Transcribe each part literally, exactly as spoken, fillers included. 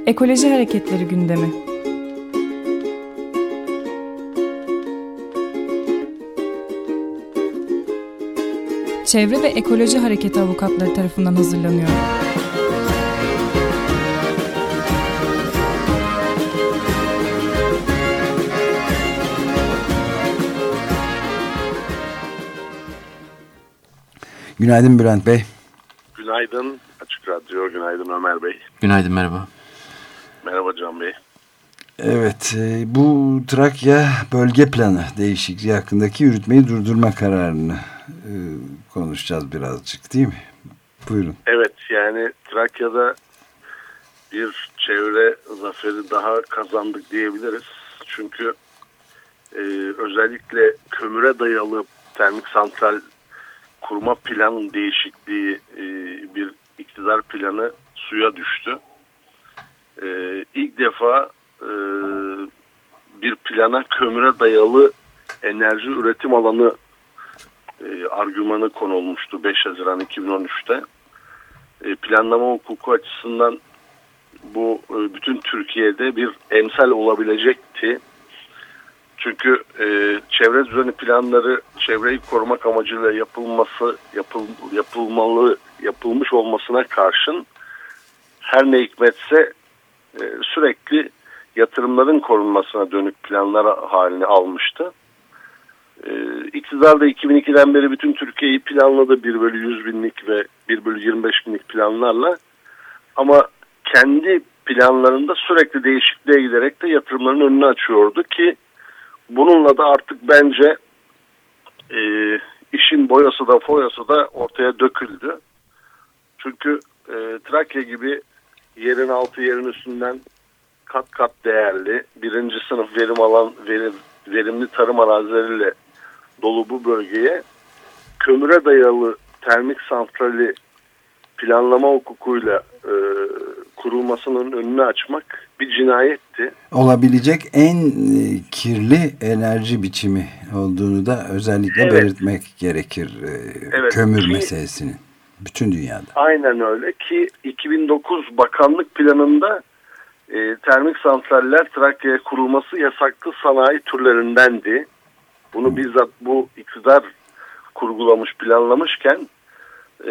Ekoloji hareketleri gündemi. Çevre ve Ekoloji Hareketi avukatları tarafından hazırlanıyor. Günaydın Bülent Bey. Günaydın Açık Radyo, günaydın Ömer Bey. Günaydın, merhaba. Merhaba Can Bey. Evet, bu Trakya bölge planı değişikliği hakkındaki yürütmeyi durdurma kararını e, konuşacağız birazcık, değil mi? Buyurun. Evet, yani Trakya'da bir çevre zaferi daha kazandık diyebiliriz. Çünkü e, özellikle kömüre dayalı termik santral kurma plan değişikliği e, bir iktidar planı suya düştü. E, ilk defa e, bir plana kömüre dayalı enerji üretim alanı e, argümanı konulmuştu beş Haziran iki bin on üçte. E, planlama hukuku açısından bu e, bütün Türkiye'de bir emsal olabilecekti. Çünkü e, çevre düzeni planları çevreyi korumak amacıyla yapılması yapıl, yapılmalı yapılmış olmasına karşın her ne hikmetse e, sürekli yatırımların korunmasına dönük planlar halini almıştı. E, iktidar da iki bin ikiden beri bütün Türkiye'yi planladı bir bölü yüz binlik ve bir bölü yirmi beş binlik planlarla, ama kendi planlarında sürekli değişikliğe giderek de yatırımların önünü açıyordu ki bununla da artık bence e, işin boyası da foyası da ortaya döküldü. Çünkü e, Trakya gibi yerin altı yerin üstünden kat kat değerli, birinci sınıf verim alan verim, verimli tarım arazileriyle dolu bu bölgeye kömüre dayalı termik santrali planlama hukukuyla e, kurulmasının önünü açmak bir cinayetti. Olabilecek en e, kirli enerji biçimi olduğunu da özellikle evet. belirtmek gerekir e, evet, kömür ki, meselesinin bütün dünyada. Aynen öyle ki iki bin dokuz bakanlık planında e, termik santraller Trakya'ya kurulması yasaklı sanayi türlerindendi. Bunu hmm. bizzat bu iktidar kurgulamış, planlamışken e,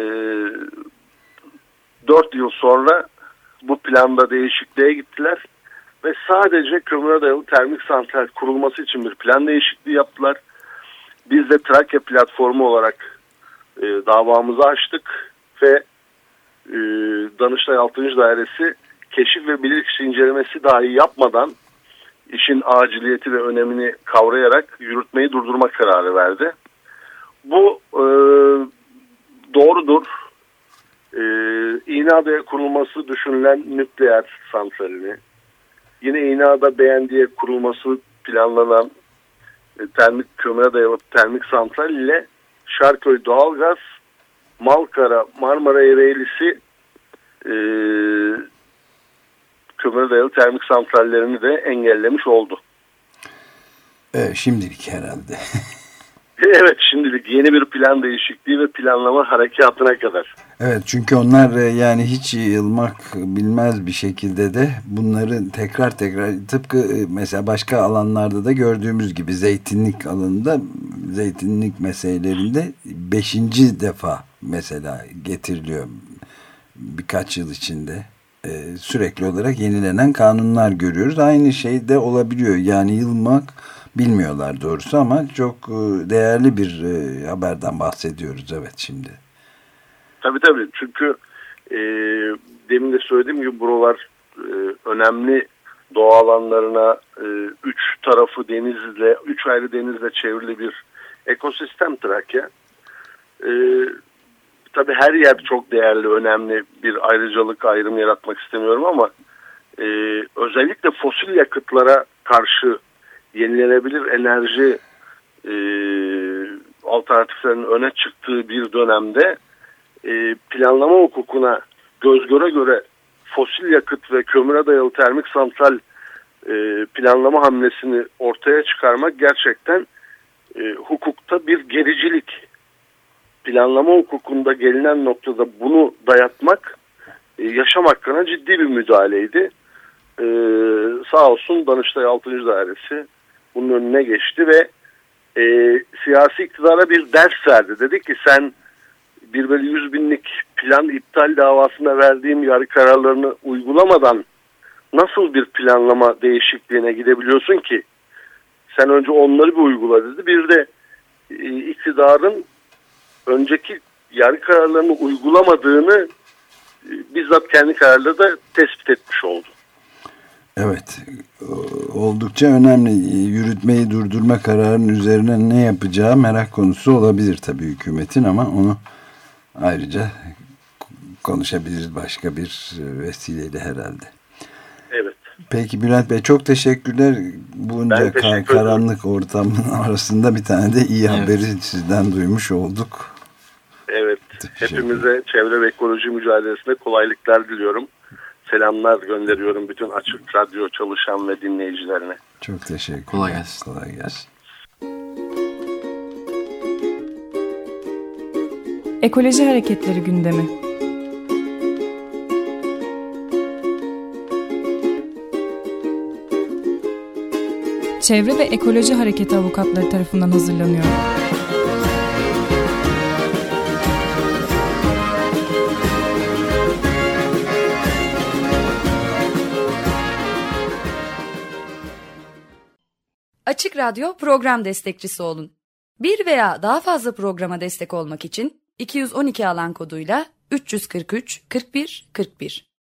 dört yıl sonra bu planda değişikliğe gittiler ve sadece kömüre dayalı termik santral kurulması için bir plan değişikliği yaptılar. Biz de Trakya platformu olarak e, davamızı açtık ve e, Danıştay altıncı Dairesi keşif ve bilirkişi incelemesi dahi yapmadan işin aciliyeti ve önemini kavrayarak yürütmeyi durdurma kararı verdi. Bu e, doğrudur. Ee, İğneada'ya kurulması düşünülen nükleer santralini, yine İğneada Beğendi'ye kurulması planlanan e, termik kömüre dayalı termik santral ile Şarköy Doğalgaz, Malkara, Marmara Ereğlisi e, kömüre dayalı termik santrallerini de engellemiş oldu. Evet, şimdilik herhalde. Evet, şimdilik yeni bir plan değişikliği ve planlama harekatına kadar. Evet, çünkü onlar yani hiç yılmak bilmez bir şekilde de bunları tekrar tekrar tıpkı mesela başka alanlarda da gördüğümüz gibi zeytinlik alanında, zeytinlik meselelerinde beşinci defa mesela getiriliyor birkaç yıl içinde. Ee, sürekli olarak yenilenen kanunlar görüyoruz. Aynı şey de olabiliyor. Yani yılmak bilmiyorlar doğrusu, ama çok değerli bir e, haberden bahsediyoruz. Evet, şimdi. Tabii tabii. Çünkü e, demin de söylediğim gibi buralar e, önemli doğa alanlarına e, üç tarafı denizle, üç ayrı denizle çevrili bir ekosistem Trakya. E, tabii her yer çok değerli, önemli, bir ayrıcalık, ayrım yaratmak istemiyorum ama e, özellikle fosil yakıtlara karşı yenilenebilir enerji e, alternatiflerinin öne çıktığı bir dönemde e, planlama hukukuna göz göre göre fosil yakıt ve kömüre dayalı termik santral e, planlama hamlesini ortaya çıkarmak gerçekten e, hukukta bir gericilik. Planlama hukukunda gelinen noktada bunu dayatmak e, yaşam hakkına ciddi bir müdahaleydi. e, sağ olsun Danıştay altıncı Dairesi bunun önüne geçti ve e, siyasi iktidara bir ders verdi. Dedi ki sen bir bölü yüz binlik plan iptal davasında verdiğim yargı kararlarını uygulamadan nasıl bir planlama değişikliğine gidebiliyorsun ki? Sen önce onları bir uygula dedi. Bir de e, iktidarın önceki yargı kararlarını uygulamadığını e, bizzat kendi kararları da tespit etmiş oldu. Evet, oldukça önemli. Yürütmeyi durdurma kararının üzerine ne yapacağı merak konusu olabilir tabii hükümetin, ama onu ayrıca konuşabiliriz başka bir vesileyle herhalde. Evet. Peki Bülent Bey, çok teşekkürler. Bunca teşekkür karanlık ortamın arasında bir tane de iyi evet. haberi sizden duymuş olduk. Evet. Hepimize çevre ve ekoloji mücadelesinde kolaylıklar diliyorum. Selamlar gönderiyorum bütün Açık Radyo çalışan ve dinleyicilerine. Çok teşekkür ederim. Kolay gelsin. Kolay gelsin. Ekoloji hareketleri gündemi. Çevre ve Ekoloji Hareketi avukatları tarafından hazırlanıyor. Açık Radyo program destekçisi olun. Bir veya daha fazla programa destek olmak için iki yüz on iki alan koduyla üç yüz kırk üç kırk bir kırk bir